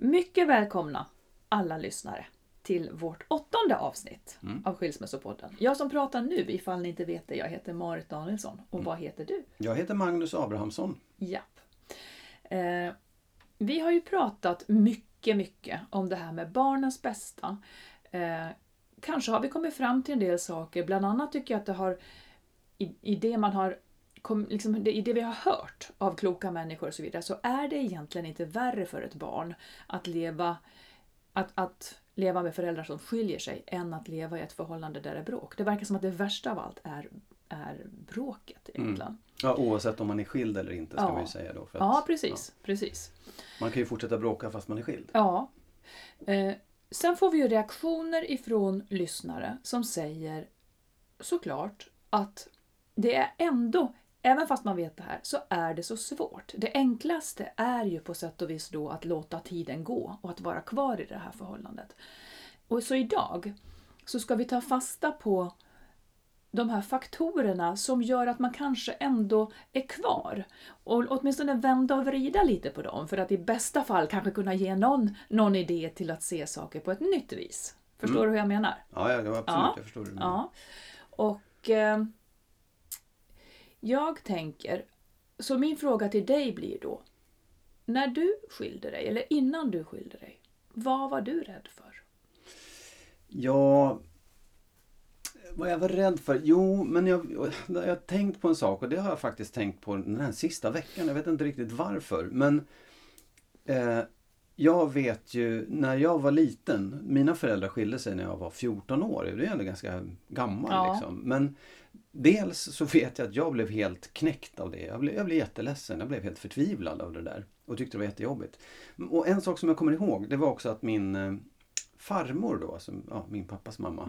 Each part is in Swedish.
Mycket välkomna alla lyssnare till vårt 8:e avsnitt av Skilsmässopodden. Jag som pratar nu, ifall ni inte vet det, jag heter Marit Danielsson. Och vad heter du? Jag heter Magnus Abrahamsson. Japp. Vi har ju pratat mycket om det här med barnens bästa. Kanske har vi kommit fram till en del saker. Bland annat tycker jag att det har, i det man har i det vi har hört av kloka människor och så vidare, så är det egentligen inte värre för ett barn att leva med föräldrar som skiljer sig än att leva i ett förhållande där det är bråk. Det verkar som att det värsta av allt är bråket egentligen. Ja, oavsett om man är skild eller inte ska man ju säga då. För att, precis. Man kan ju fortsätta bråka fast man är skild. Ja. Sen får vi ju reaktioner ifrån lyssnare som säger såklart att det är ändå, även fast man vet det här, så är det så svårt. Det enklaste är ju på sätt och vis då att låta tiden gå och att vara kvar i det här förhållandet. Och så idag så ska vi ta fasta på de här faktorerna som gör att man kanske ändå är kvar. Och åtminstone vända och vrida lite på dem för att i bästa fall kanske kunna ge någon idé till att se saker på ett nytt vis. Förstår du hur jag menar? Ja, absolut. Ja. Jag förstår det. Ja. Och jag tänker, så min fråga till dig blir då, när du skilde dig, eller innan du skilde dig, vad var du rädd för? Ja, vad jag var rädd för? Jo, men jag har tänkt på en sak, och det har jag faktiskt tänkt på den här sista veckan. Jag vet inte riktigt varför, men jag vet ju, när jag var liten, mina föräldrar skilde sig när jag var 14 år. Det är ändå ganska gammal liksom. Men dels så vet jag att jag blev helt knäckt av det. Jag blev jätteledsen. Jag blev helt förtvivlad av det där. Och tyckte det var jättejobbigt. Och en sak som jag kommer ihåg, det var också att min farmor då, min pappas mamma,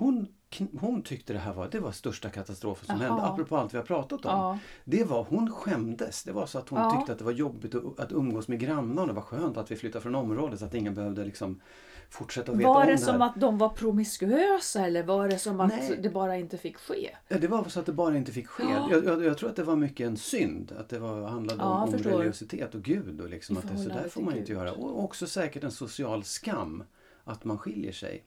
hon tyckte det var största katastrofen som hände, apropå allt vi har pratat om. Hon skämdes. Det var så att hon tyckte att det var jobbigt att umgås med grannarna. Det var skönt att vi flyttade från området så att ingen behövde liksom fortsätta att veta om det här. Var det som att de var promiskuösa eller var det som att det bara inte fick ske? Ja, det var så att det bara inte fick ske. Jag tror att det var mycket en synd. Att det handlade om religiositet och Gud. Och liksom att det så där får man inte göra. Och också säkert en social skam att man skiljer sig.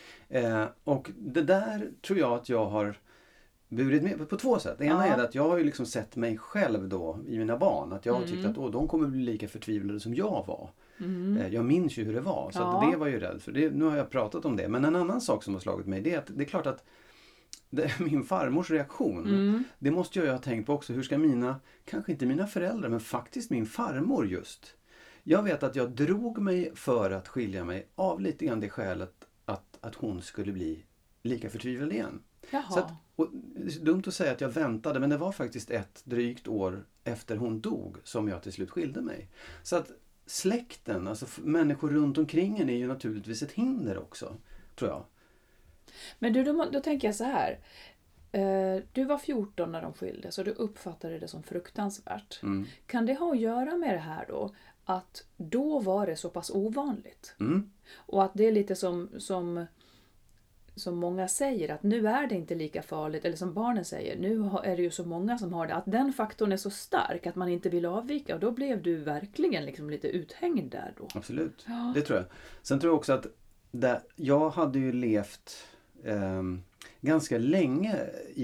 Och det där tror jag att jag har burit med på två sätt. Det ena är att jag har ju liksom sett mig själv då i mina barn. Att jag har tyckt att de kommer bli lika förtvivlade som jag var. Jag minns ju hur det var. Så att det var ju rädd för. Nu har jag pratat om det. Men en annan sak som har slagit mig, det är att det är klart att min farmors reaktion, det måste jag ju ha tänkt på också. Hur ska kanske inte mina föräldrar, men faktiskt min farmor just. Jag vet att jag drog mig för att skilja mig av lite grann det skälet att hon skulle bli lika förtvivlad igen. Så det är dumt att säga att jag väntade, men det var faktiskt ett drygt år efter hon dog som jag till slut skilde mig. Så att släkten, alltså människor runt omkring en, är ju naturligtvis ett hinder också, tror jag. Men då tänker jag så här. Du var 14 när de skilde, så du uppfattade det som fruktansvärt. Kan det ha att göra med det här då? Att då var det så pass ovanligt. Och att det är lite som många säger, att nu är det inte lika farligt. Eller som barnen säger, nu är det ju så många som har det. Att den faktorn är så stark att man inte vill avvika. Och då blev du verkligen liksom lite uthängd där då. Absolut, det tror jag. Sen tror jag också att jag hade ju levt ganska länge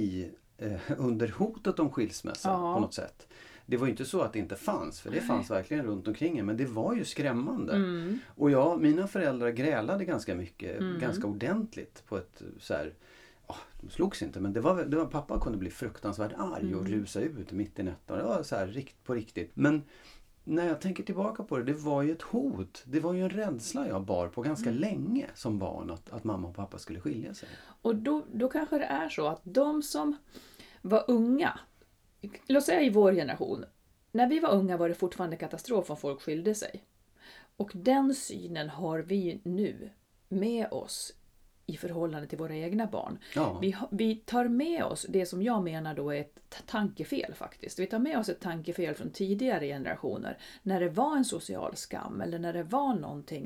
under hotet om skilsmässa på något sätt. Det var ju inte så att det inte fanns, för det fanns verkligen runt omkring en, men det var ju skrämmande. Och mina föräldrar grälade ganska mycket, ganska ordentligt på ett så här, de slogs inte, men det var pappa kunde bli fruktansvärt arg och rusa ut mitt i natten. Det var så här på riktigt. Men när jag tänker tillbaka på det var ju ett hot. Det var ju en rädsla jag bar på ganska länge som barn, att mamma och pappa skulle skilja sig. Och då kanske det är så att de som var unga, låt säga i vår generation, när vi var unga var det fortfarande katastrof om folk skilde sig. Och den synen har vi nu med oss i förhållande till våra egna barn. Vi tar med oss det som jag menar då är ett tankefel faktiskt. Vi tar med oss ett tankefel från tidigare generationer. När det var en social skam eller när det var någonting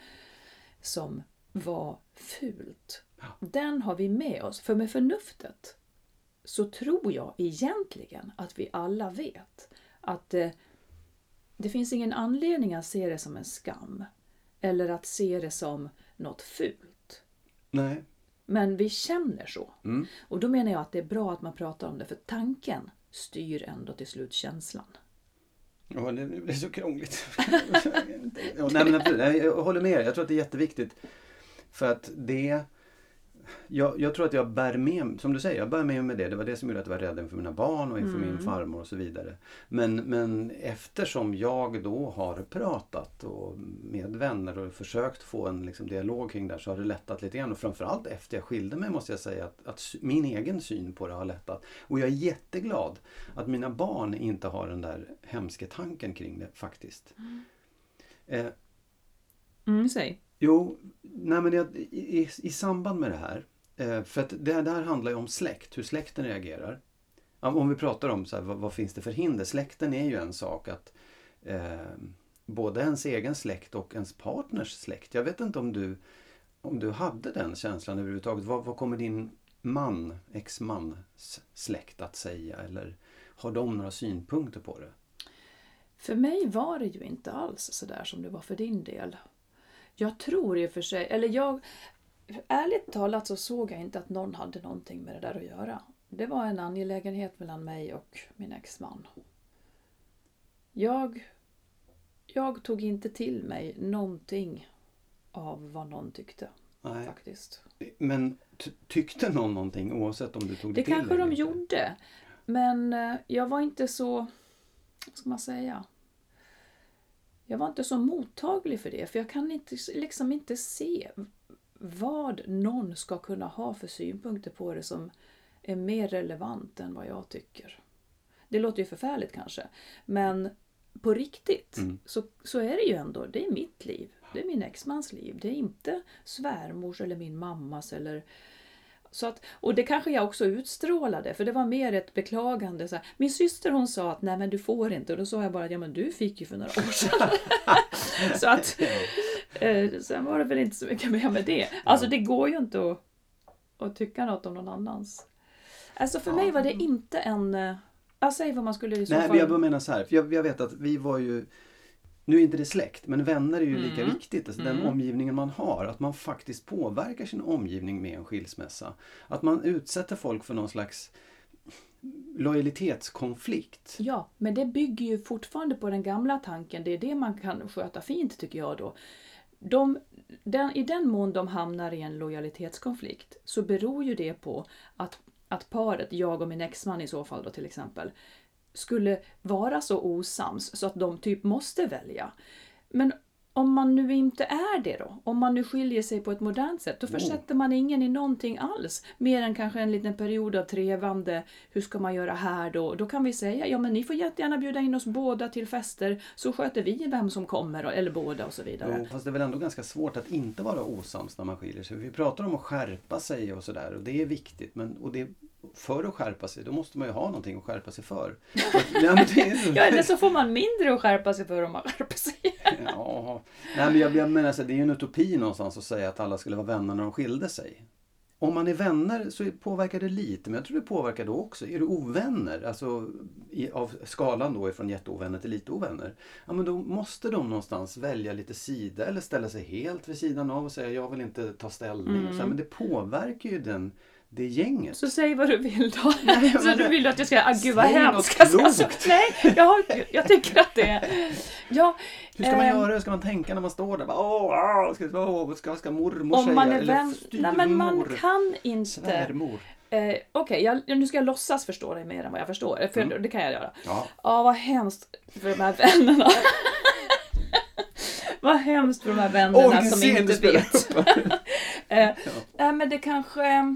som var fult. Den har vi med oss. För med förnuftet så tror jag egentligen att vi alla vet att det finns ingen anledning att se det som en skam. eller att se det som något fult. Nej. Men vi känner så. Och då menar jag att det är bra att man pratar om det, för tanken styr ändå till slut känslan. Ja, det blir så krångligt. Jag håller med er. Jag tror att det är jätteviktigt. För att jag tror att jag bär med, som du säger, jag bär med det. Det var det som gjorde att jag var rädd inför mina barn och inför min farmor och så vidare. Men eftersom jag då har pratat och med vänner och försökt få en liksom dialog kring det, så har det lättat lite grann. Och framförallt efter jag skilde mig måste jag säga att min egen syn på det har lättat. Och jag är jätteglad att mina barn inte har den där hemska tanken kring det faktiskt. Säg. Jo, nej men i samband med det här, för att det här handlar ju om släkt, hur släkten reagerar. Om vi pratar om så här, vad finns det för hinder? Släkten är ju en sak, att både ens egen släkt och ens partners släkt. Jag vet inte om du hade den känslan överhuvudtaget. Vad kommer din ex-mans släkt att säga? Eller har de några synpunkter på det? För mig var det ju inte alls så där som det var för din del. Jag tror i och för sig, ärligt talat så såg jag inte att någon hade någonting med det där att göra. Det var en angelägenhet mellan mig och min exman. Jag tog inte till mig någonting av vad någon tyckte. Nej. Faktiskt. Men tyckte någon någonting oavsett om du tog det till? Det kanske de gjorde. Men jag var inte så, vad ska man säga? Jag var inte så mottaglig för det. För jag kan inte se vad någon ska kunna ha för synpunkter på det som är mer relevant än vad jag tycker. Det låter ju förfärligt kanske. Men på riktigt så är det ju ändå, det är mitt liv. Det är min exmans liv. Det är inte svärmors eller min mammas eller... Så att, och det kanske jag också utstrålade, för det var mer ett beklagande. Så här. Min syster hon sa att nej men du får inte, och då sa jag bara att ja men du fick ju för några år sedan. Så att sen var det väl inte så mycket mer med det. Alltså det går ju inte att tycka något om någon annans. Alltså för mig var det inte en... Jag säger vad man skulle i så fall... Nej, jag menar så här, för jag vet att vi var ju... Nu är inte det släkt, men vänner är ju lika viktigt. Alltså den omgivningen man har. Att man faktiskt påverkar sin omgivning med en skilsmässa. Att man utsätter folk för någon slags lojalitetskonflikt. Ja, men det bygger ju fortfarande på den gamla tanken. Det är det man kan sköta fint tycker jag då. I den mån de hamnar i en lojalitetskonflikt så beror ju det på att paret, jag och min exman i så fall då till exempel, skulle vara så osams så att de typ måste välja. Men om man nu inte är det då, om man nu skiljer sig på ett modernt sätt, då försätter man ingen i någonting alls. Mer än kanske en liten period av trevande, hur ska man göra här då? Då kan vi säga, ja men ni får jättegärna bjuda in oss båda till fester, så sköter vi vem som kommer, eller båda och så vidare. Jo, fast det är väl ändå ganska svårt att inte vara osams när man skiljer sig. Vi pratar om att skärpa sig och sådär, och det är viktigt, för att skärpa sig, då måste man ju ha någonting att skärpa sig för. Ja, eller så får man mindre att skärpa sig för om man skärper sig. Ja, nej, men jag menar så det är ju en utopi någonstans att säga att alla skulle vara vänner när de skilde sig. Om man är vänner så påverkar det lite, men jag tror det påverkar då också. Är du ovänner, alltså av skalan då ifrån jätteovänner till lite ovänner, ja men då måste de någonstans välja lite sida eller ställa sig helt vid sidan av och säga jag vill inte ta ställning. Så här, men det påverkar ju det gänget. Så säg vad du vill då. Nej, så du vill att jag ska gud vad hemskt. Nej, jag tycker att det är... Ja, hur ska man göra? Hur ska man tänka när man står där? Ska mormor om säga? Man är eller styrmor? Nej, men man kan inte... Svärmor. Okej, nu ska jag låtsas förstå dig mer än vad jag förstår. För det kan jag göra. Ja, vad hemskt för de här vännerna. Vad hemskt för de här vännerna som inte vet. Men det kanske...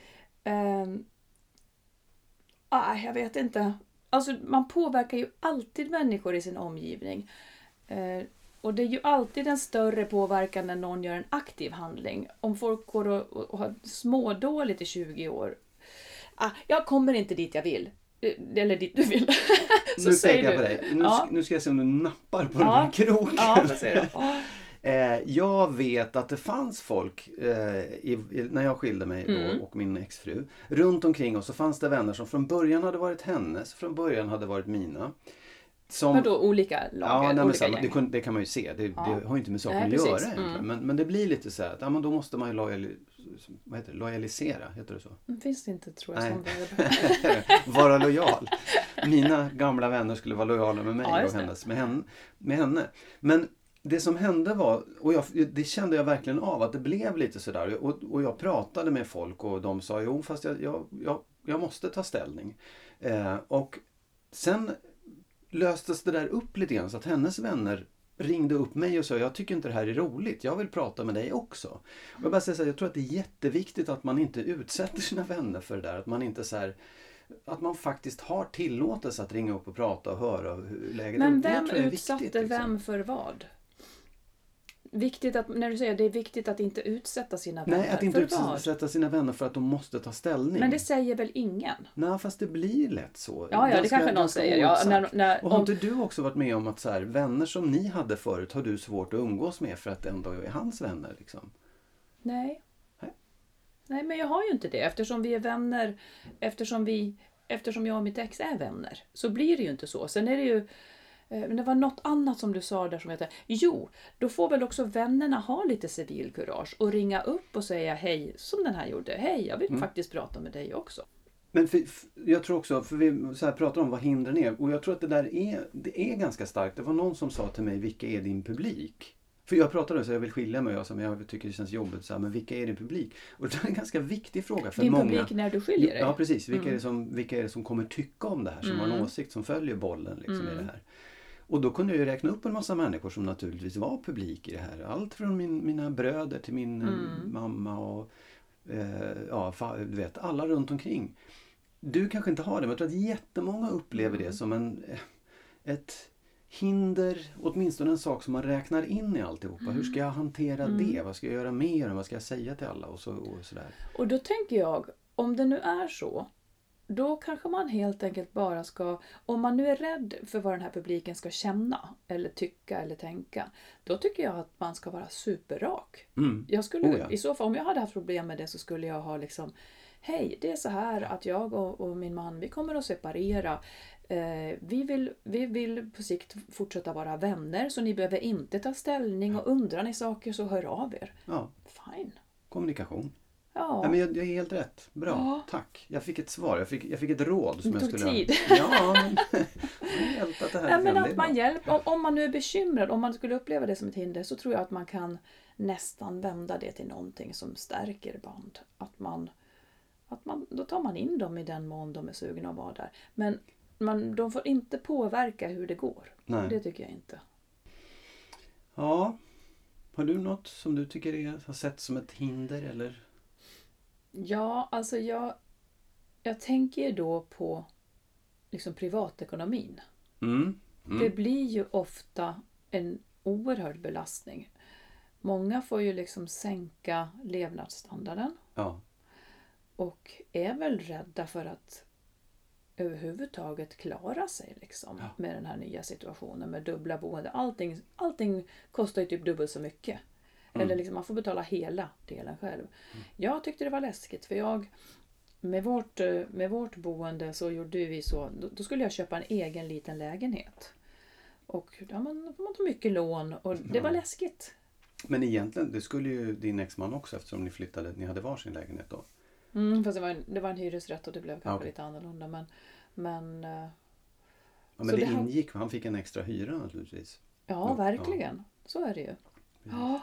jag vet inte. Alltså man påverkar ju alltid människor i sin omgivning. Och det är ju alltid en större påverkan när någon gör en aktiv handling. Om folk går och har smådåligt i 20 år. Jag kommer inte dit jag vill. Eller dit du vill. Så nu tänker jag på dig. Nu ska jag se om du nappar på den här kroken. Ja, vad säger du? Jag vet att det fanns folk när jag skilde mig då, och min exfru. Runt omkring oss så fanns det vänner som från början hade varit hennes, från början hade varit mina. Vadå olika lager? Ja, olika gäng. Det kan man ju se. Det har ju inte med saker att göra egentligen. Men det blir lite så här att då måste man ju lojalisera, heter det så? Det finns inte, tror jag, som vara lojal. Mina gamla vänner skulle vara lojala med mig och med henne. Men det som hände var, och det kände jag verkligen av, att det blev lite sådär. Och jag pratade med folk och de sa, jo fast jag måste ta ställning. Och sen löstes det där upp lite grann så att hennes vänner ringde upp mig och sa, jag tycker inte det här är roligt, jag vill prata med dig också. Och jag bara säger så här, jag tror att det är jätteviktigt att man inte utsätter sina vänner för det där, att man inte så här, att man faktiskt har tillåtelse att ringa upp och prata och höra hur läget är. Men vem utsatte vem för vad? Viktigt att, när du säger det är viktigt att inte utsätta sina vänner. Nej, att inte utsätta sina vänner för att de måste ta ställning. Men det säger väl ingen? Nej, fast det blir lätt så. Ja, det kanske någon säger. Ja, och har inte du också varit med om att så här, vänner som ni hade förut har du svårt att umgås med för att det ändå är hans vänner liksom? Nej, men jag har ju inte det. Eftersom vi är vänner, eftersom jag och mitt ex är vänner, så blir det ju inte så. Sen är det ju, men det var något annat som du sa där som heter, då får väl också vännerna ha lite civilkurage och ringa upp och säga hej, som den här gjorde. Hej, jag vill faktiskt prata med dig också. Men jag tror också, för vi så här pratar om vad hindren är, och jag tror att det är ganska starkt. Det var någon som sa till mig, vilka är din publik? För jag pratade så jag vill skilja mig och jag tycker det känns jobbigt så här, men vilka är din publik? Och det är en ganska viktig fråga för många. Din publik när du skiljer dig? Ja, precis. Vilka är det som kommer tycka om det här, som har en åsikt, som följer bollen liksom i det här? Och då kunde jag ju räkna upp en massa människor som naturligtvis var publik i det här. Allt från mina bröder till min mamma och du vet, alla runt omkring. Du kanske inte har det, men jag tror att jättemånga upplever det som ett hinder, åtminstone en sak som man räknar in i alltihopa. Hur ska jag hantera det? Vad ska jag göra mer? Vad ska jag säga till alla? Och sådär. Och då tänker jag, om det nu är så, då kanske man helt enkelt bara ska, om man nu är rädd för vad den här publiken ska känna eller tycka eller tänka, då tycker jag att man ska vara superrak. Jag skulle, i så fall, om jag hade haft problem med det, så skulle jag ha liksom, hej, det är så här att jag och min man, vi kommer att separera. Vi vill på sikt fortsätta vara vänner, så ni behöver inte ta ställning, och undrar ni saker så hör av er. Ja. Fine. Kommunikation. Ja. Men jag är helt rätt. Bra, tack. Jag fick ett svar. Jag fick ett råd som det jag skulle... tid. Ja, men hjälpt att det här men att man hjälper, om man nu är bekymrad, om man skulle uppleva det som ett hinder, så tror jag att man kan nästan vända det till någonting som stärker band. Då tar man in dem i den mån de är sugna att vara där. Men de får inte påverka hur det går. Nej. Det tycker jag inte. Ja. Har du något som du tycker har sett som ett hinder eller? Ja, alltså jag tänker då på liksom privatekonomin. Det blir ju ofta en oerhörd belastning. Många får ju liksom sänka levnadsstandarden. Ja. Och är väl rädda för att överhuvudtaget klara sig liksom, med den här nya situationen med dubbla boende. Allting kostar ju typ dubbelt så mycket. Eller liksom, man får betala hela delen själv. Jag tyckte det var läskigt, för med vårt boende så gjorde vi så, då skulle jag köpa en egen liten lägenhet. Och då får man ta mycket lån, och det var läskigt. Men egentligen, det skulle ju din exman också, eftersom ni hade varsin lägenhet då. Fast det var en hyresrätt och det blev kanske lite annorlunda. Men det ingick, han fick en extra hyra naturligtvis. Ja, verkligen. Så är det ju. Ja.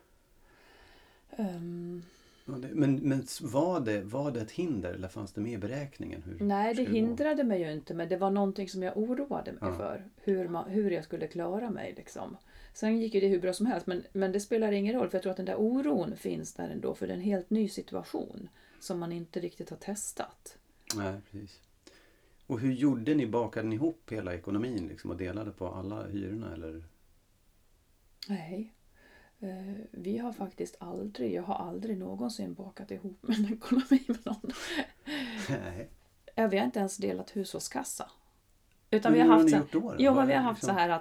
Men var det ett hinder, eller fanns det med i beräkningen? Nej, det hindrade mig ju inte, men det var någonting som jag oroade mig för. Hur jag skulle klara mig liksom. Sen gick ju det hur bra som helst, men det spelar ingen roll, för jag tror att den där oron finns där ändå, för det är en helt ny situation som man inte riktigt har testat. Nej, precis. Och hur gjorde ni? Bakade ni ihop hela ekonomin liksom, och delade på alla hyrorna, eller? Nej. Vi har faktiskt jag har aldrig någonsin bakat ihop min ekonomi med någon. Nej. Vi har inte ens delat hushållskassa. Utan vi har haft vi har haft liksom så här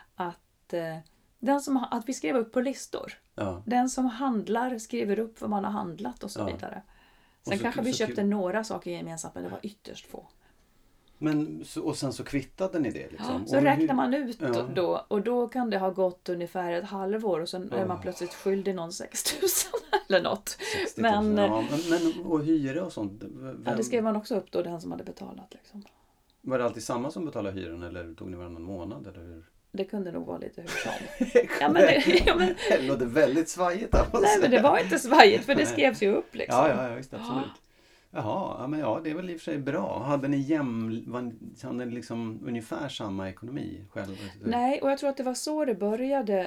att vi skrev upp på listor. Ja. Den som handlar skriver upp vad man har handlat och så vidare. Sen kanske vi köpte några saker gemensamt, men det var ytterst få. Och sen så kvittade ni det liksom? Så räknar man ut då, och då kan det ha gått ungefär ett halvår och sen är man plötsligt skyldig någon 6 000 eller något. 60 000, men och hyra och sånt? Ja, det skrev man också upp då, den som hade betalat liksom. Var det alltid samma som betalade hyran eller tog ni varannan månad eller hur? Det kunde nog vara lite hur som. Det låter väldigt svajigt. Nej, men det var inte svajigt för det skrevs ju upp liksom. Ja, visst, absolut. Jaha, men det är väl i och för sig bra. Hade ni liksom ungefär samma ekonomi själv? Nej, och jag tror att det var så det började.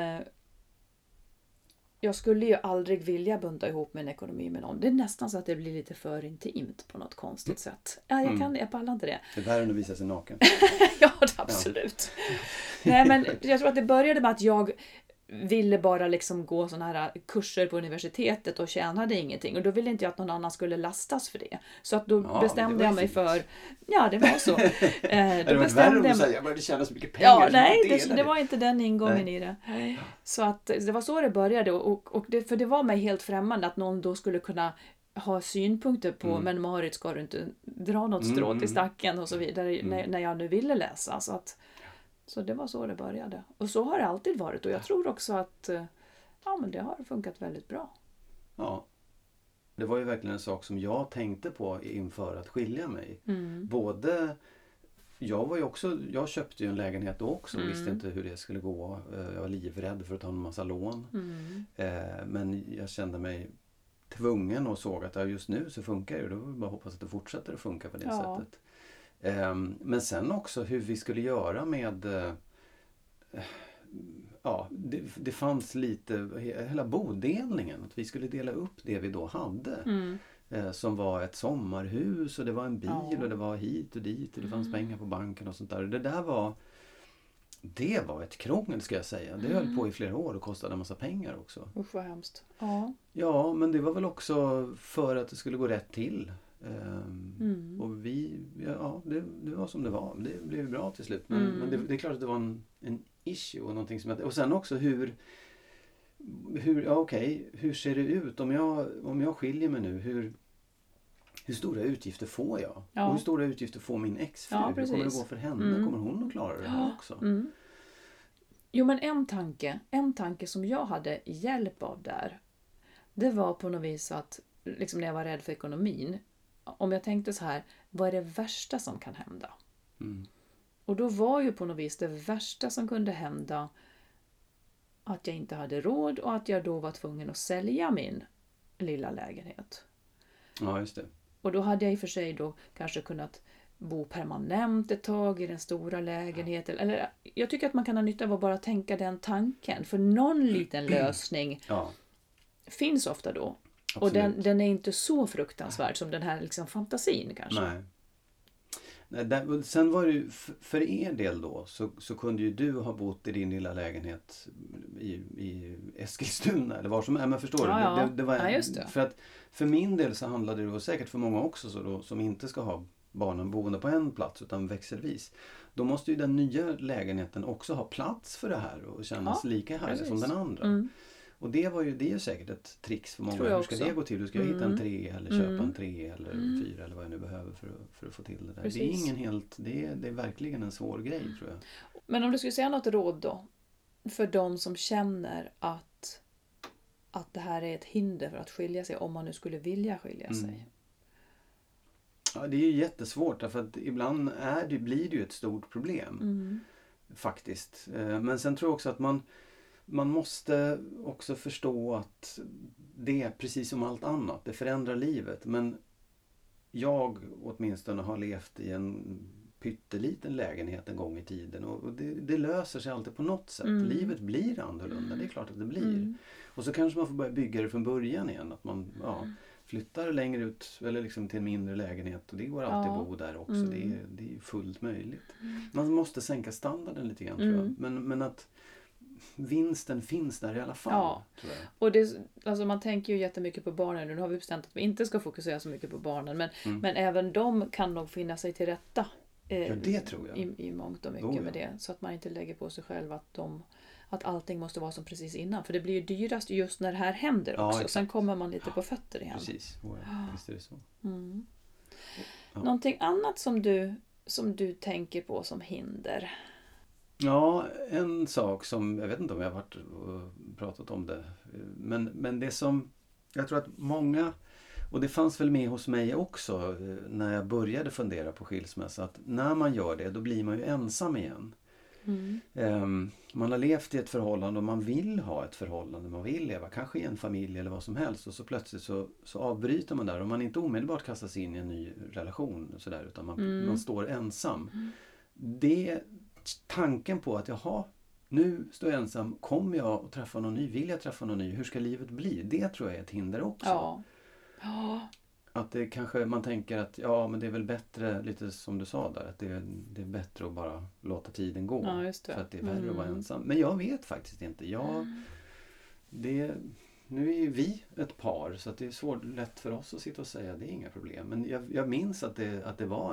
Jag skulle ju aldrig vilja bunta ihop min ekonomi med någon. Det är nästan så att det blir lite för intimt på något konstigt sätt. Jag pallar inte det. Det är värre än att visa sig naken. Ja, absolut. Nej, men jag tror att det började med att jag ville bara liksom gå såna här kurser på universitetet och tjänade ingenting. Och då ville inte jag att någon annan skulle lastas för det. Så att då bestämde jag mig för... Ja, det var så. Det var värre om du säger, jag började tjäna så mycket pengar. Ja, nej, det var inte den ingången i det. Så att det var så det började. För det var mig helt främmande att någon då skulle kunna ha synpunkter på, men Marit, ska du inte dra något strå till stacken och så vidare när jag nu ville läsa. Så det var så det började. Och så har det alltid varit. Och jag tror också att men det har funkat väldigt bra. Ja. Det var ju verkligen en sak som jag tänkte på inför att skilja mig. Både... Jag köpte ju en lägenhet då också. Visste inte hur det skulle gå. Jag var livrädd för att ta en massa lån. Men jag kände mig tvungen och såg att just nu så funkar det. Då vill jag bara hoppas att det fortsätter att funka på det sättet. Men sen också hur vi skulle göra med det fanns lite hela bodelningen, att vi skulle dela upp det vi då hade som var ett sommarhus och det var en bil och det var hit och dit och det fanns pengar på banken och sånt där. Det var ett krångel, ska jag säga. Det höll på i flera år och kostade en massa pengar också. Usch, vad hemskt. Ja, men det var väl också för att det skulle gå rätt till. Och det var som det var. Det blev bra till slut. Men det är klart att det var en issue och någonting som och sen också hur ser det ut om jag skiljer mig nu, hur stora utgifter får jag? Och hur stora utgifter får min exfru? Hur kommer det gå för henne? Kommer hon att klara det här också? Jo, men en tanke som jag hade hjälp av där, det var på något vis att liksom när jag var rädd för ekonomin, om jag tänkte så här, vad är det värsta som kan hända? Och då var ju på något vis det värsta som kunde hända att jag inte hade råd och att jag då var tvungen att sälja min lilla lägenhet. Ja, just det. Och då hade jag i och för sig då kanske kunnat bo permanent ett tag i den stora lägenheten. Eller jag tycker att man kan ha nytta av att bara tänka den tanken. För någon liten lösning finns ofta då. Absolut. Och den är inte så fruktansvärd som den här liksom fantasin kanske. Nej. Sen var det ju, för er del då, så kunde ju du ha bott i din lilla lägenhet i Eskilstuna eller var som är, men förstår du? Det var, just det. För att för min del så handlade det, och säkert för många också så då, som inte ska ha barnen boende på en plats utan växelvis. Då måste ju den nya lägenheten också ha plats för det här och kännas lika härlig som den andra. Och det är ju säkert ett trix för många. Hur ska det gå till? Hur ska jag hitta en 3 eller köpa en 3 eller 4 eller vad jag nu behöver för att få till det där. Precis. Det är verkligen en svår grej, tror jag. Men om du skulle säga något råd då för de som känner att det här är ett hinder för att skilja sig, om man nu skulle vilja skilja sig. Ja, det är ju jättesvårt därför att ibland blir det ju ett stort problem. Faktiskt. Men sen tror jag också att man måste också förstå att det är precis som allt annat. Det förändrar livet. Men jag åtminstone har levt i en pytteliten lägenhet en gång i tiden. Och det löser sig alltid på något sätt. Livet blir annorlunda. Det är klart att det blir. Och så kanske man får börja bygga det från början igen. Att man flyttar längre ut eller liksom till en mindre lägenhet. Och det går alltid att bo där också. Det är fullt möjligt. Man måste sänka standarden lite grann, tror jag. Men att vinsten finns där i alla fall. Tror jag. Och man tänker ju jättemycket på barnen. Nu har vi bestämt att vi inte ska fokusera så mycket på barnen. Men även de kan nog finna sig till rätta. Det tror jag. I mångt och mycket med det. Så att man inte lägger på sig själv att allting måste vara som precis innan. För det blir ju dyrast just när det här händer också. Sen kommer man lite på fötter igen. Precis, visst är det så. Någonting annat som du som du tänker på som hinder? Ja, en sak som, jag vet inte om jag har varit och pratat om det, men det som jag tror att många, och det fanns väl med hos mig också när jag började fundera på skilsmässa, att när man gör det då blir man ju ensam igen. Man har levt i ett förhållande och man vill ha ett förhållande, man vill leva kanske i en familj eller vad som helst, och så plötsligt så avbryter man där och man inte omedelbart kastas in i en ny relation och sådär, utan man står ensam. Det tanken på att jaha, nu står jag ensam, kommer jag att träffa någon ny, vill jag träffa någon ny, hur ska livet bli? Det tror jag är ett hinder också. Ja. Att det kanske man tänker att ja, men det är väl bättre, lite som du sa där, att det är bättre att bara låta tiden gå. Ja, just det. För att det är värre att vara ensam. Men jag vet faktiskt inte. Nu är ju vi ett par, så att det är lätt för oss att sitta och säga det är inga problem. Men jag minns att det var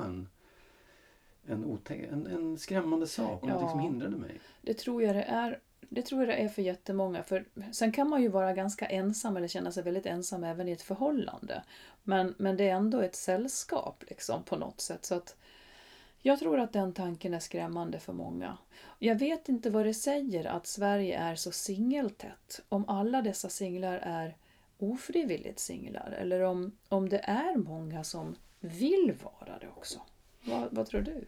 en skrämmande sak och något som hindrade mig. Det tror jag det är för jättemånga. För sen kan man ju vara ganska ensam eller känna sig väldigt ensam även i ett förhållande. Men det är ändå ett sällskap liksom, på något sätt. Så att jag tror att den tanken är skrämmande för många. Jag vet inte vad det säger att Sverige är så singeltätt. Om alla dessa singlar är ofrivilligt singlar. Eller om det är många som vill vara det också. Vad tror du?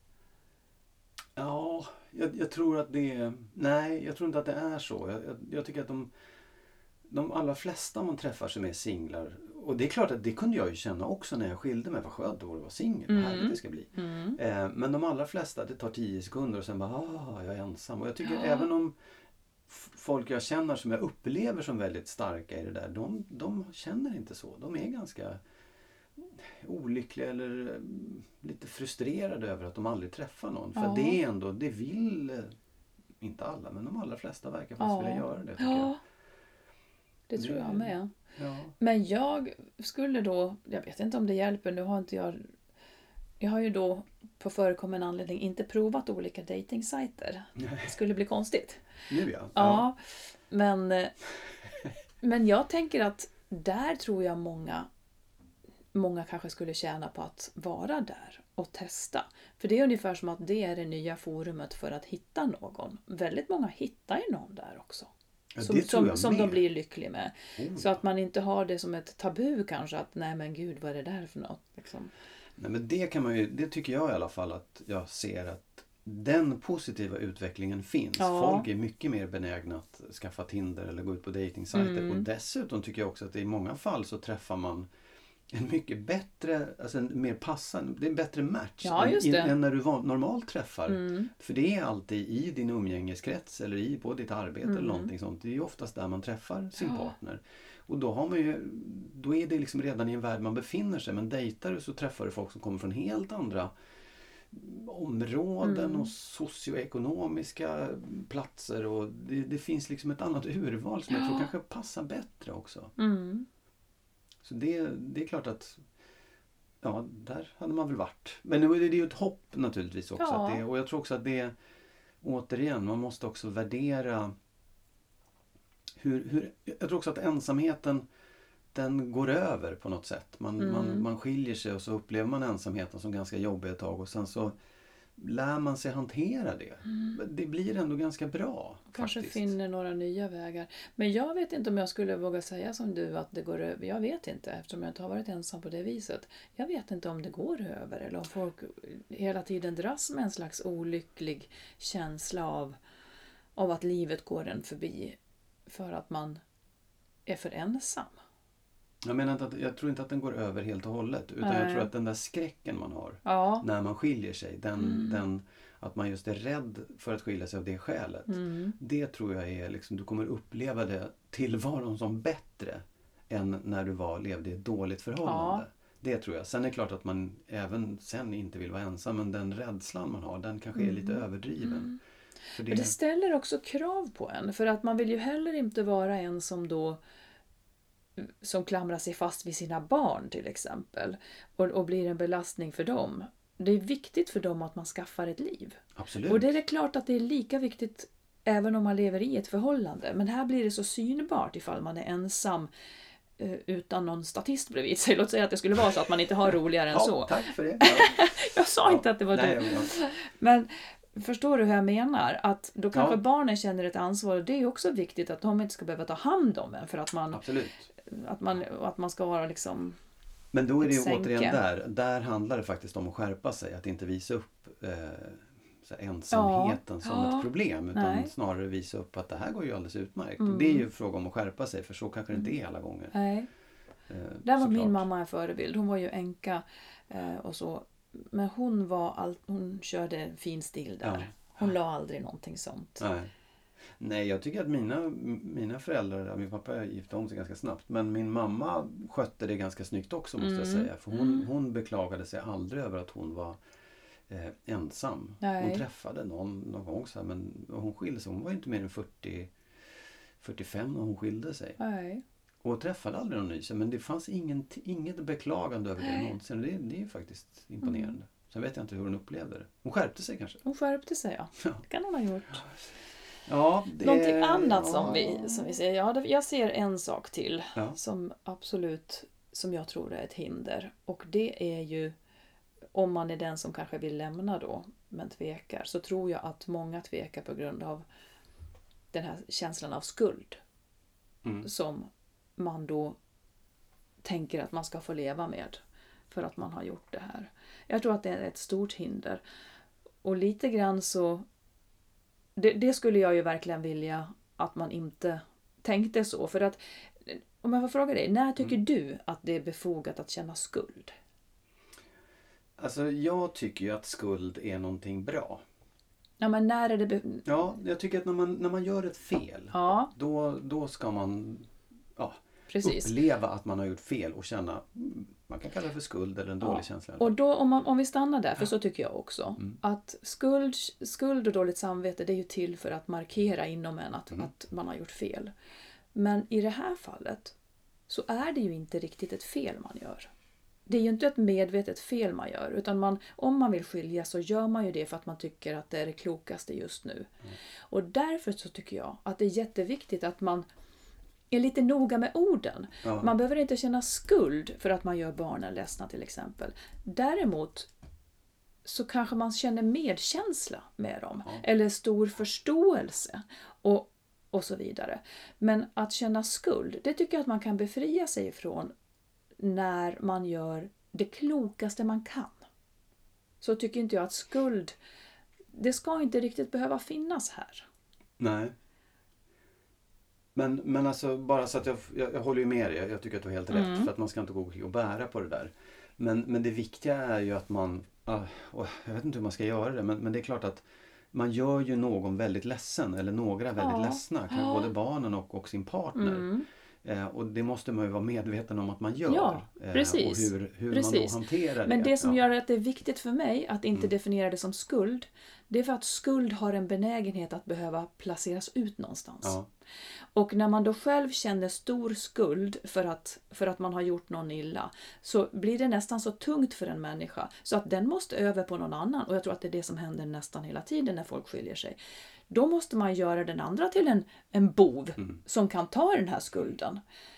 Ja, jag tror att jag tror inte att det är så. Jag tycker att de allra flesta man träffar som är singlar, och det är klart att det kunde jag ju känna också när jag skilde mig, vad skönt det var singel, vad härligt det ska bli. Men de allra flesta, det tar 10 sekunder och sen bara, jag är ensam. Och jag tycker även om folk jag känner som jag upplever som väldigt starka i det där, de känner inte så. De är ganska olyckliga eller lite frustrerade över att de aldrig träffar någon. För det är ändå, det vill inte alla, men de allra flesta verkar faktiskt vilja göra det, tycker jag. Det tror jag med. Ja. Men jag skulle då, jag vet inte om det hjälper, nu har inte jag har ju då på förekommande anledning inte provat olika datingsajter. Det skulle bli konstigt. Nu ja. Men jag tänker att där tror jag många kanske skulle tjäna på att vara där och testa. För det är ungefär som att det är det nya forumet för att hitta någon. Väldigt många hittar ju någon där också. Som de blir lyckliga med. Så att man inte har det som ett tabu kanske, att nej men gud, vad är det där för något? Liksom. Nej, men det tycker jag i alla fall, att jag ser att den positiva utvecklingen finns. Folk är mycket mer benägna att skaffa Tinder eller gå ut på datingsajter. Och dessutom tycker jag också att i många fall så träffar man en mycket bättre, alltså en mer passande, det är en bättre match än när du normalt träffar. För det är alltid i din umgängeskrets eller på ditt arbete eller någonting sånt. Det är ju oftast där man träffar sin partner. Och då är det liksom redan i en värld man befinner sig. Men dejtar du så träffar du folk som kommer från helt andra områden och socioekonomiska platser. Och det finns liksom ett annat urval som jag tror kanske passar bättre också. Så det är klart att där hade man väl varit. Men det är ju ett hopp naturligtvis också. Och jag tror också att det, återigen, man måste också värdera jag tror också att ensamheten, den går över på något sätt. Man skiljer sig och så upplever man ensamheten som ganska jobbig ett tag, och sen så lär man sig hantera det. Det blir ändå ganska bra. Kanske faktiskt. Finner några nya vägar. Men jag vet inte om jag skulle våga säga som du att det går över. Jag vet inte, eftersom jag inte har varit ensam på det viset. Jag vet inte om det går över, eller om folk hela tiden dras med en slags olycklig känsla av att livet går en förbi för att man är för ensam. Jag tror inte att den går över helt och hållet, utan jag tror att den där skräcken man har när man skiljer sig, den att man just är rädd för att skilja sig av det skälet, det tror jag är liksom, du kommer uppleva det tillvaron som bättre än när du levde i ett dåligt förhållande. Det tror jag. Sen är det klart att man även sen inte vill vara ensam, men den rädslan man har, den kanske är lite överdriven. För det ställer också krav på en, för att man vill ju heller inte vara en som klamrar sig fast vid sina barn till exempel och blir en belastning för dem. Det är viktigt för dem att man skaffar ett liv. Absolut. Och det är klart att det är lika viktigt även om man lever i ett förhållande. Men här blir det så synbart ifall man är ensam utan någon statist bredvid sig. Låt säga att det skulle vara så att man inte har roligare än så. Tack för det. Jag sa inte att det var du. Men förstår du hur jag menar? Att då kanske barnen känner ett ansvar, och det är också viktigt att de inte ska behöva ta hand om en för att man, att man ska vara liksom. Men då är det ju återigen där handlar det faktiskt om att skärpa sig, att inte visa upp ensamheten som ett problem, utan snarare visa upp att det här går ju alldeles utmärkt. Och det är ju fråga om att skärpa sig, för så kanske det inte är alla gånger. Nej. Där var min mamma en förebild. Hon var ju änka och så. Men hon körde en fin stil där. Ja. Hon la aldrig någonting sånt. Nej, jag tycker att mina föräldrar, min pappa gifte om sig ganska snabbt, men min mamma skötte det ganska snyggt också, måste jag säga. För hon beklagade sig aldrig över att hon var ensam. Nej. Hon träffade någon gång så här, men hon skilde sig. Hon var inte mer än 45 när hon skilde sig. Nej. Och träffade aldrig någon ny. Men det fanns inget beklagande över det någonsin. Det är ju faktiskt imponerande. Sen vet jag inte hur hon upplevde det. Hon skärpte sig kanske. Hon skärpte sig, ja. Det kan hon ha gjort. Ja, någonting annat som vi ser. Ja, jag ser en sak till som absolut, som jag tror är ett hinder. Och det är ju, om man är den som kanske vill lämna då, men tvekar, så tror jag att många tvekar på grund av den här känslan av skuld. Som man då tänker att man ska få leva med för att man har gjort det här. Jag tror att det är ett stort hinder. Och lite grann så det skulle jag ju verkligen vilja att man inte tänkte så. För att, om jag får fråga dig, när tycker du att det är befogat att känna skuld? Alltså jag tycker ju att skuld är någonting bra. Ja, men när är det Ja, jag tycker att när man gör ett fel, då ska man uppleva att man har gjort fel och känna, man kan kalla det för skuld eller en dålig känsla. Och då om vi stannar där, för så tycker jag också, att skuld och dåligt samvete, det är ju till för att markera inom en att man har gjort fel. Men i det här fallet så är det ju inte riktigt ett fel man gör. Det är ju inte ett medvetet fel man gör, utan om man vill skilja så gör man ju det för att man tycker att det är det klokaste just nu. Och därför så tycker jag att det är jätteviktigt att man är lite noga med orden. Man behöver inte känna skuld för att man gör barnen ledsna till exempel. Däremot så kanske man känner medkänsla med dem. Eller stor förståelse och så vidare. Men att känna skuld, det tycker jag att man kan befria sig ifrån när man gör det klokaste man kan. Så tycker inte jag att skuld, det ska inte riktigt behöva finnas här. Nej. Men alltså bara så att jag håller ju med dig. Jag tycker att du har helt rätt. För att man ska inte gå och bära på det där. Men det viktiga är ju att man, jag vet inte hur man ska göra det, men det är klart att man gör ju någon väldigt ledsen eller några väldigt ledsna. Både barnen och sin partner. Och det måste man ju vara medveten om att man gör. Ja, precis. Och hur man då hanterar det. Men det som gör att det är viktigt för mig att inte definiera det som skuld, det är för att skuld har en benägenhet att behöva placeras ut någonstans. Ja. Och när man då själv känner stor skuld för att man har gjort någon illa, så blir det nästan så tungt för en människa så att den måste över på någon annan. Och jag tror att det är det som händer nästan hela tiden när folk skiljer sig. Då måste man göra den andra till en bov som kan ta den här skulden.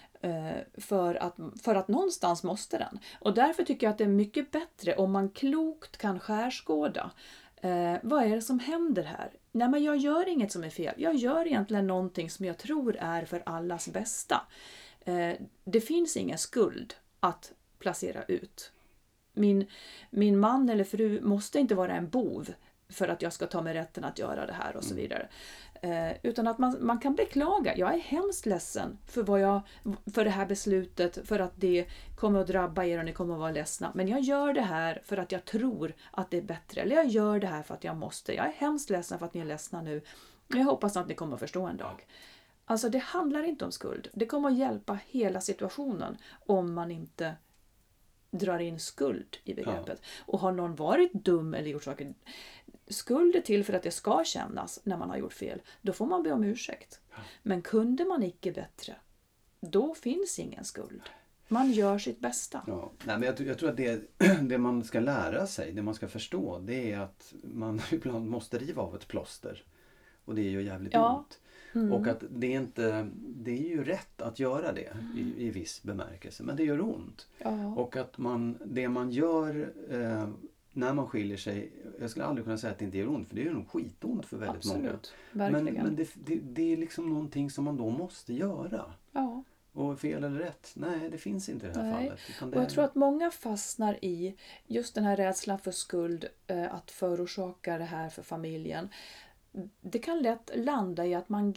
För att någonstans måste den. Och därför tycker jag att det är mycket bättre om man klokt kan skärskåda. Vad är det som händer här? Nej, men jag gör inget som är fel. Jag gör egentligen någonting som jag tror är för allas bästa. Det finns ingen skuld att placera ut. Min man eller fru måste inte vara en bov för att jag ska ta mig rätten att göra det här och så vidare. Utan att man kan beklaga. Jag är hemskt ledsen för det här beslutet, för att det kommer att drabba er och ni kommer att vara ledsna. Men jag gör det här för att jag tror att det är bättre. Eller jag gör det här för att jag måste. Jag är hemskt ledsen för att ni är ledsna nu. Men jag hoppas att ni kommer att förstå en dag. Alltså det handlar inte om skuld. Det kommer att hjälpa hela situationen om man inte drar in skuld i begreppet. Och har någon varit dum eller gjort saker, skuld är till för att det ska kännas när man har gjort fel. Då får man be om ursäkt. Men kunde man icke bättre, då finns ingen skuld. Man gör sitt bästa. Ja. Nej, men jag tror att det man ska lära sig, det man ska förstå, det är att man ibland måste riva av ett plåster. Och det är ju jävligt ont. Och att det är ju rätt att göra det i viss bemärkelse. Men det gör ont. Ja. Och att det man gör när man skiljer sig, jag skulle aldrig kunna säga att det inte gör ont, för det gör nog skitont för väldigt många. Verkligen. Men det är liksom någonting som man då måste göra. Ja. Och fel eller rätt? Nej, det finns inte i det här fallet. Och jag tror att många fastnar i just den här rädslan för skuld, att förorsaka det här för familjen. Det kan lätt landa i att man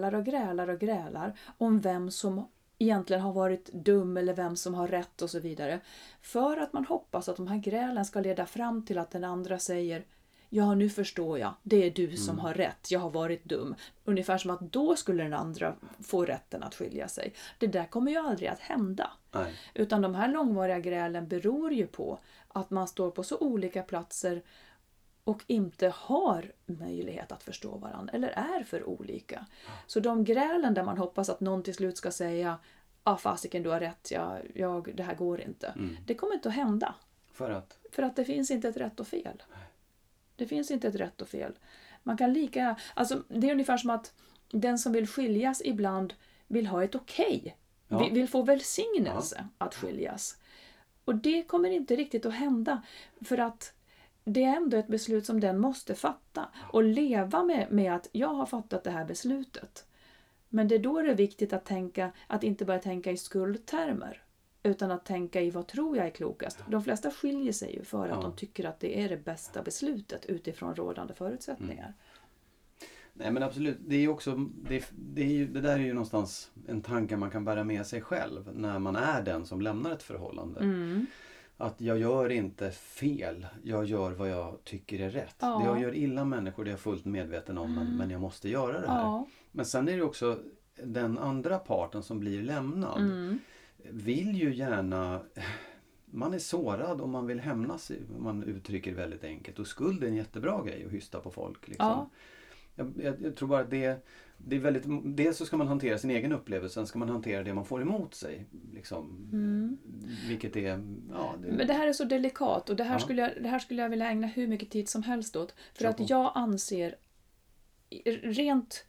grälar om vem som egentligen har varit dum eller vem som har rätt och så vidare. För att man hoppas att de här grälen ska leda fram till att den andra säger: ja, nu förstår jag. Det är du som har rätt. Jag har varit dum. Ungefär som att då skulle den andra få rätten att skilja sig. Det där kommer ju aldrig att hända. Nej. Utan de här långvariga grälen beror ju på att man står på så olika platser och inte har möjlighet att förstå varandra. Eller är för olika. Så de grälen där man hoppas att någon till slut ska säga: fasiken, du har rätt. Det här går inte. Det kommer inte att hända. För att det finns inte ett rätt och fel. Det finns inte ett rätt och fel. Man kan det är ungefär som att den som vill skiljas ibland vill ha ett okej. Ja. Vill få välsignelse att skiljas. Och det kommer inte riktigt att hända. För att det är ändå ett beslut som den måste fatta. Och leva med att jag har fattat det här beslutet. Men det är då det är viktigt att inte bara tänka i skuldtermer. Utan att tänka i vad tror jag är klokast. De flesta skiljer sig ju för att de tycker att det är det bästa beslutet utifrån rådande förutsättningar. Nej, men absolut. Det är ju också, det där är ju någonstans en tanke man kan bära med sig själv när man är den som lämnar ett förhållande. Att jag gör inte fel, jag gör vad jag tycker är rätt. Ja. Jag gör illa människor, det är jag fullt medveten om, men jag måste göra det här. Ja. Men sen är det också den andra parten som blir lämnad. Vill ju gärna, man är sårad och man vill hämnas, man uttrycker det väldigt enkelt. Och skuld är en jättebra grej att hysta på folk. Liksom. Ja. Jag tror bara att det är väldigt, dels så ska man hantera sin egen upplevelse, sen ska man hantera det man får emot sig. Liksom. Vilket är, Men det här är så delikat och det här skulle jag vilja ägna hur mycket tid som helst åt. För att jag anser, rent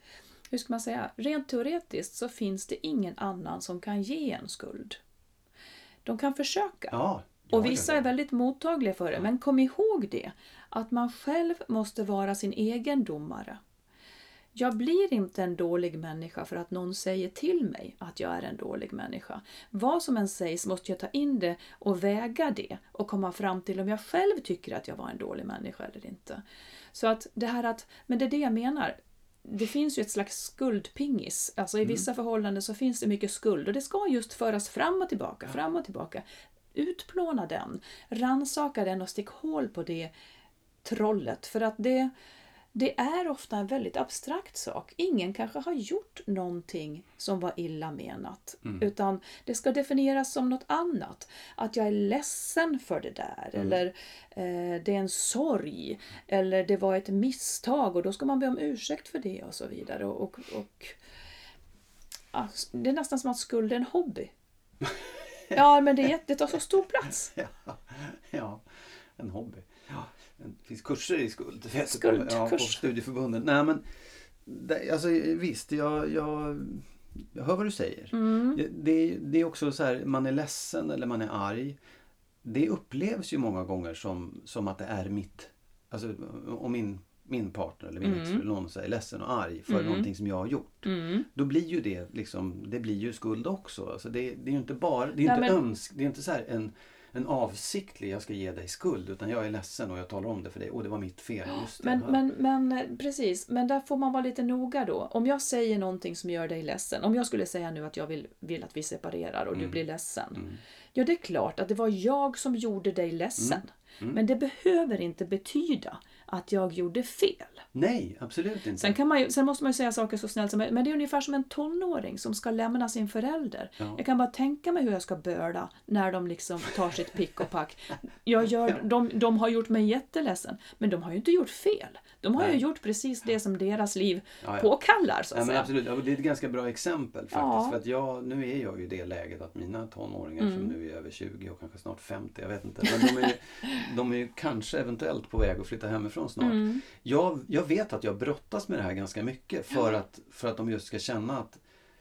teoretiskt så finns det ingen annan som kan ge en skuld. De kan försöka. Och vissa är väldigt mottagliga för det. Men kom ihåg det. Att man själv måste vara sin egen domare. Jag blir inte en dålig människa för att någon säger till mig att jag är en dålig människa. Vad som än sägs måste jag ta in det och väga det. Och komma fram till om jag själv tycker att jag var en dålig människa eller inte. Så att men det är det jag menar. Det finns ju ett slags skuldpingis. Alltså i vissa förhållanden så finns det mycket skuld. Och det ska just föras fram och tillbaka. Utplåna den. Rannsaka den och stick hål på det trollet. För att det är ofta en väldigt abstrakt sak. Ingen kanske har gjort någonting som var illa menat. Utan det ska definieras som något annat. Att jag är ledsen för det där. Eller det är en sorg. Eller det var ett misstag. Och då ska man be om ursäkt för det och så vidare. Och det är nästan som att skuld är en hobby. Ja, men det tar så stor plats. Ja, en hobby. Ja. Det finns kurser i skuld. På studieförbunden. Nej, men alltså, visst, jag hör vad du säger. Det är också så här, man är ledsen eller man är arg. Det upplevs ju många gånger som att det är mitt, alltså om min partner eller min ex eller någon säger ledsen och arg för någonting som jag har gjort. Då blir ju det liksom, det blir ju skuld också. Alltså det är ju inte bara, det är inte så här en avsiktlig, jag ska ge dig skuld, utan jag är ledsen och jag talar om det för dig och det var mitt fel. Just det, men precis, men där får man vara lite noga då. Om jag säger någonting som gör dig ledsen, om jag skulle säga nu att jag vill att vi separerar och du blir ledsen. Ja, det är klart att det var jag som gjorde dig ledsen. Men det behöver inte betyda att jag gjorde fel. Nej, absolut inte. Sen måste man ju säga saker så snällt som men det är ungefär som en tonåring som ska lämna sin förälder. Ja. Jag kan bara tänka mig hur jag ska böla när de liksom tar sitt pick och pack. De har gjort mig jätteledsen, men de har ju inte gjort fel. De har ju gjort precis det som deras liv påkallar. Så att säga. Men absolut, det är ett ganska bra exempel faktiskt. För att nu är jag ju i det läget att mina tonåringar som nu är över 20 och kanske snart 50, jag vet inte. Men de är ju kanske eventuellt på väg att flytta hemifrån 16 snart. Jag vet att jag brottas med det här ganska mycket för att de just ska känna att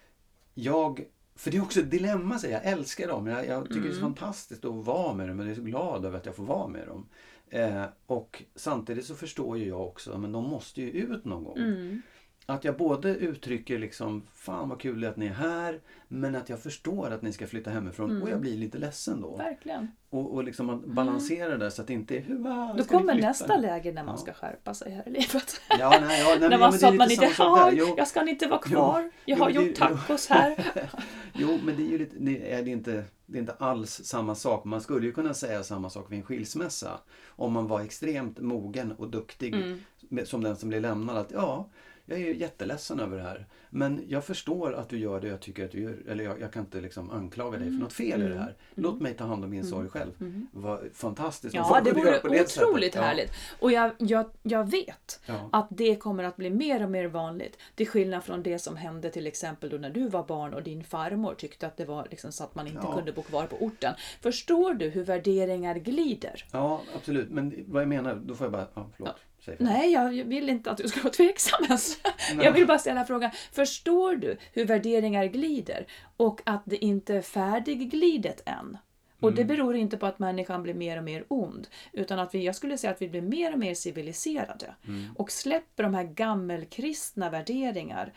för det är också ett dilemma, säger jag älskar dem. Jag tycker det är så fantastiskt att vara med dem, och jag är så glad över att jag får vara med dem. Och samtidigt så förstår ju jag också, men de måste ju ut någon gång. Att jag både uttrycker liksom, fan vad kul att ni är här, men att jag förstår att ni ska flytta hemifrån och jag blir lite ledsen då. Verkligen. Och liksom att balansera det så att det inte är då kommer nästa läge när man ska skärpa sig här i livet. När man sa att man inte jag ska inte vara kvar. Jag har gjort tacos här. Jo, men det är ju lite, det är inte alls samma sak. Man skulle ju kunna säga samma sak vid en skilsmässa. Om man var extremt mogen och duktig som den som blir lämnad. Att jag är jätteledsen över det här. Men jag förstår att du gör det jag tycker att du gör. Eller jag kan inte liksom anklaga dig för något fel i det här. Låt mig ta hand om min sorg själv. Vad fantastiskt. Ja, det vore otroligt härligt. Och jag vet att det kommer att bli mer och mer vanligt. Till skillnad från det som hände till exempel då när du var barn och din farmor tyckte att det var liksom så att man inte kunde bo kvar på orten. Förstår du hur värderingar glider? Ja, absolut. Men vad jag menar, då får jag bara... förlåt. Nej, jag vill inte att du ska vara tveksam ens. Jag vill bara ställa frågan. Förstår du hur värderingar glider? Och att det inte är färdigglidet än. Och det beror inte på att människan blir mer och mer ond. Utan att jag skulle säga att vi blir mer och mer civiliserade. Och släpper de här gammelkristna värderingar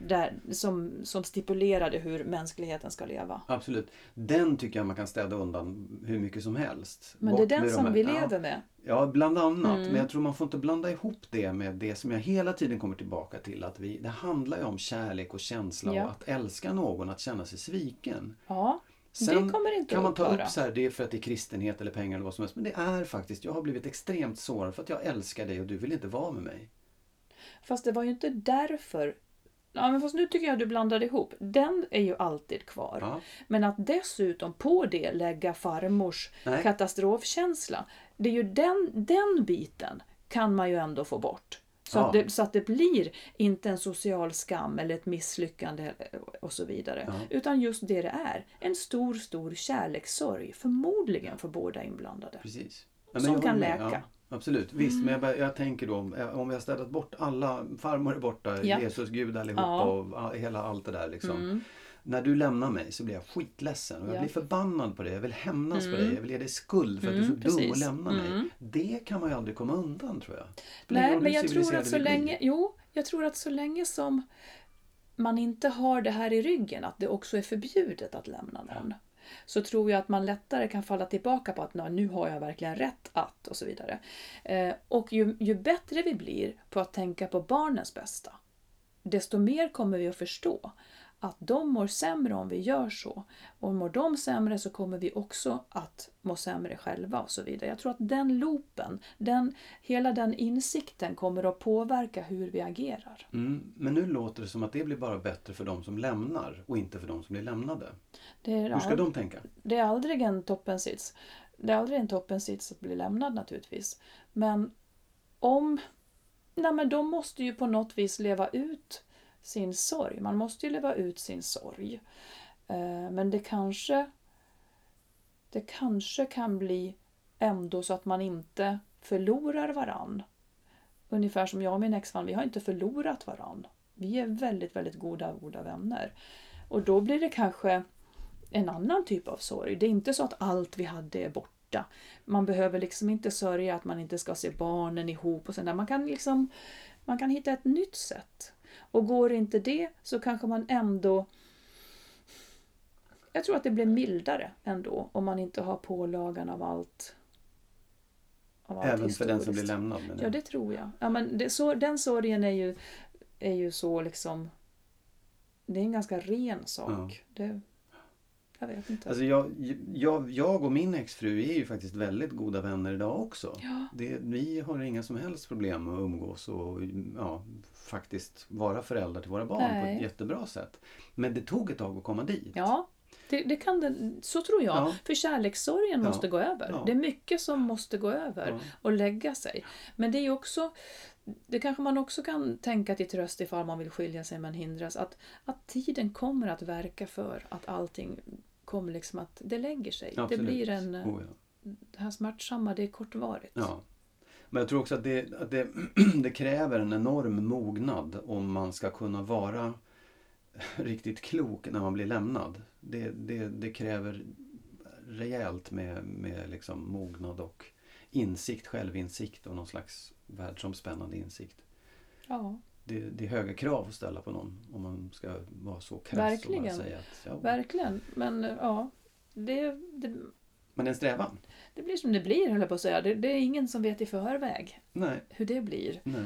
som stipulerade hur mänskligheten ska leva. Absolut. Den tycker jag man kan städa undan hur mycket som helst. Men det är den som vi lever med. Ja, bland annat. Men jag tror man får inte blanda ihop det med det som jag hela tiden kommer tillbaka till. Att det handlar ju om kärlek och känsla och att älska någon, att känna sig sviken. Ja. Sen det kommer inte kan man ta upp så här, det är för att det är kristenhet eller pengar eller vad som helst. Men det är faktiskt, jag har blivit extremt sårad för att jag älskar dig och du vill inte vara med mig. Fast det var ju inte därför. Ja, men fast nu tycker jag att du blandade ihop. Den är ju alltid kvar. Ja. Men att dessutom på det lägga farmors katastrofkänsla. Det är ju den biten kan man ju ändå få bort. Så att det blir inte en social skam eller ett misslyckande och så vidare. Ja. Utan just det är. En stor kärlekssorg. Förmodligen för båda inblandade. Precis. Som kan läka. Ja, absolut, visst. Men jag tänker då om vi har städat bort alla, farmor är borta, Jesus, Gud allihopa och hela allt det där liksom. När du lämnar mig så blir jag skitledsen och jag blir förbannad på det. Jag vill hämnas på dig. Jag vill ge dig skuld för att du är så dum och lämna mig. Det kan man ju aldrig komma undan, tror jag. Nej, men jag tror att så länge som man inte har det här i ryggen, att det också är förbjudet att lämna någon. Så tror jag att man lättare kan falla tillbaka på att nu har jag verkligen rätt att och så vidare. Och ju bättre vi blir på att tänka på barnens bästa, desto mer kommer vi att förstå att de mår sämre om vi gör så. Och mår de sämre så kommer vi också att må sämre själva och så vidare. Jag tror att den loopen, hela den insikten kommer att påverka hur vi agerar. Men nu låter det som att det blir bara bättre för de som lämnar och inte för de som blir lämnade. Hur ska de tänka? Det är aldrig en toppensits. Det är aldrig en toppensits att bli lämnad naturligtvis. Men de måste ju på något vis leva ut sin sorg. Man måste ju leva ut sin sorg. Men det kanske kan bli ändå så att man inte förlorar varann. Ungefär som jag och min exman, vi har inte förlorat varann. Vi är väldigt, väldigt goda vänner. Och då blir det kanske en annan typ av sorg. Det är inte så att allt vi hade är borta. Man behöver liksom inte sörja att man inte ska se barnen ihop och sådär. Man kan hitta ett nytt sätt. Och går inte det så kanske man ändå... Jag tror att det blir mildare ändå om man inte har pålagan av allt. Även för den som blir lämnad? Ja, det tror jag. Ja, men den sorgen är ju så liksom... Det är en ganska ren sak. Ja. Jag vet inte. Alltså jag och min exfru är ju faktiskt väldigt goda vänner idag också. Ja. Vi har inga som helst problem med att umgås och faktiskt vara föräldrar till våra barn på ett jättebra sätt. Men det tog ett tag att komma dit. Ja, så tror jag. Ja. För kärlekssorgen måste gå över. Ja. Det är mycket som måste gå över och lägga sig. Men det är ju också... Det kanske man också kan tänka till tröst ifall man vill skilja sig men hindras. Att tiden kommer att verka för att allting kommer liksom att det lägger sig. Absolut. Det blir det här smärtsamma, det är kortvarigt. Ja. Men jag tror också att det kräver en enorm mognad om man ska kunna vara riktigt klok när man blir lämnad. Det kräver rejält med liksom mognad och insikt, självinsikt och någon slags världsomspännande insikt. Ja. Det är höga krav att ställa på någon om man ska vara så krass. Verkligen. Och bara säga att, ja. Verkligen. Men ja, Men det är en strävan. Det blir som det blir, höll jag på att säga. Det är ingen som vet i förväg hur det blir. Nej.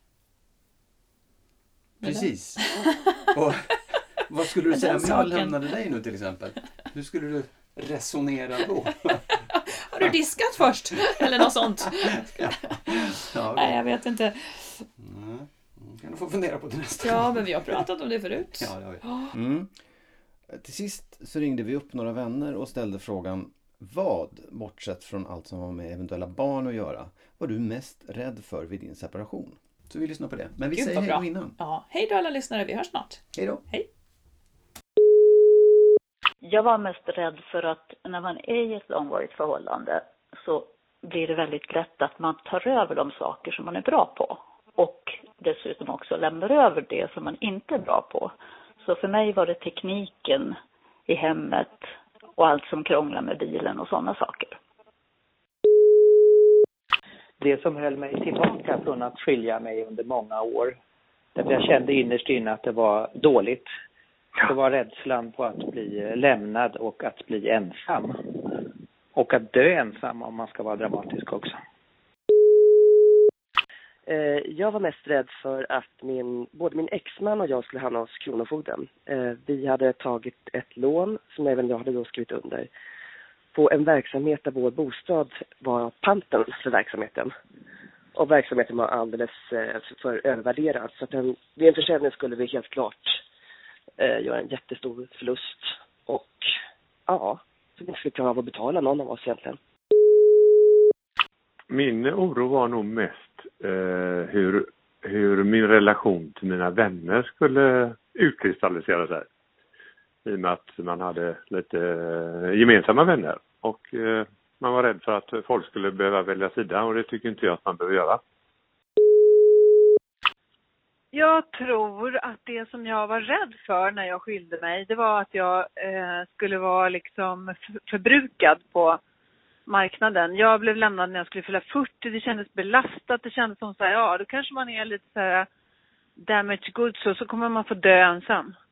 Precis. Och vad skulle du säga om jag lämnade dig nu till exempel? Hur skulle du resonera då? Har du diskat först? Eller något sånt? Nej, jag vet inte. Kan du få fundera på det nästa gång. Ja, men vi har pratat om det förut. Ja, det har vi. Till sist så ringde vi upp några vänner och ställde frågan: vad, bortsett från allt som har med eventuella barn att göra, var du mest rädd för vid din separation? Så vi lyssnar på det. Men vi säger hej då innan. Ja, hej då alla lyssnare, vi hörs snart. Hej då. Hej. Jag var mest rädd för att när man är i ett långvarigt förhållande så blir det väldigt lätt att man tar över de saker som man är bra på. Och dessutom också lämnar över det som man inte är bra på. Så för mig var det tekniken i hemmet och allt som krånglar med bilen och sådana saker. Det som höll mig tillbaka från att skilja mig under många år, därför jag kände innerst inne att det var dåligt. Det var rädslan på att bli lämnad och att bli ensam. Och att dö ensam, om man ska vara dramatisk också. Jag var mest rädd för att både min exman och jag skulle hamna hos Kronofogden. Vi hade tagit ett lån som även jag hade då skrivit under på en verksamhet där vår bostad var panten för verksamheten. Och verksamheten var alldeles för övervärderad. Så att vid en försäljning skulle vi helt klart göra en jättestor förlust. Och ja, så vi inte skulle klara av att betala någon av oss egentligen. Min oro var nog mest hur min relation till mina vänner skulle utkristallisera sig. I och med att man hade lite gemensamma vänner. Och man var rädd för att folk skulle behöva välja sida, och det tycker inte jag att man behöver göra. Jag tror att det som jag var rädd för när jag skilde mig, det var att jag skulle vara liksom förbrukad på marknaden. Jag blev lämnad när jag skulle fylla 40. Det kändes belastat. Det kändes som så här, ja, då kanske man är lite så här damage goods, och så kommer man få dö ensam.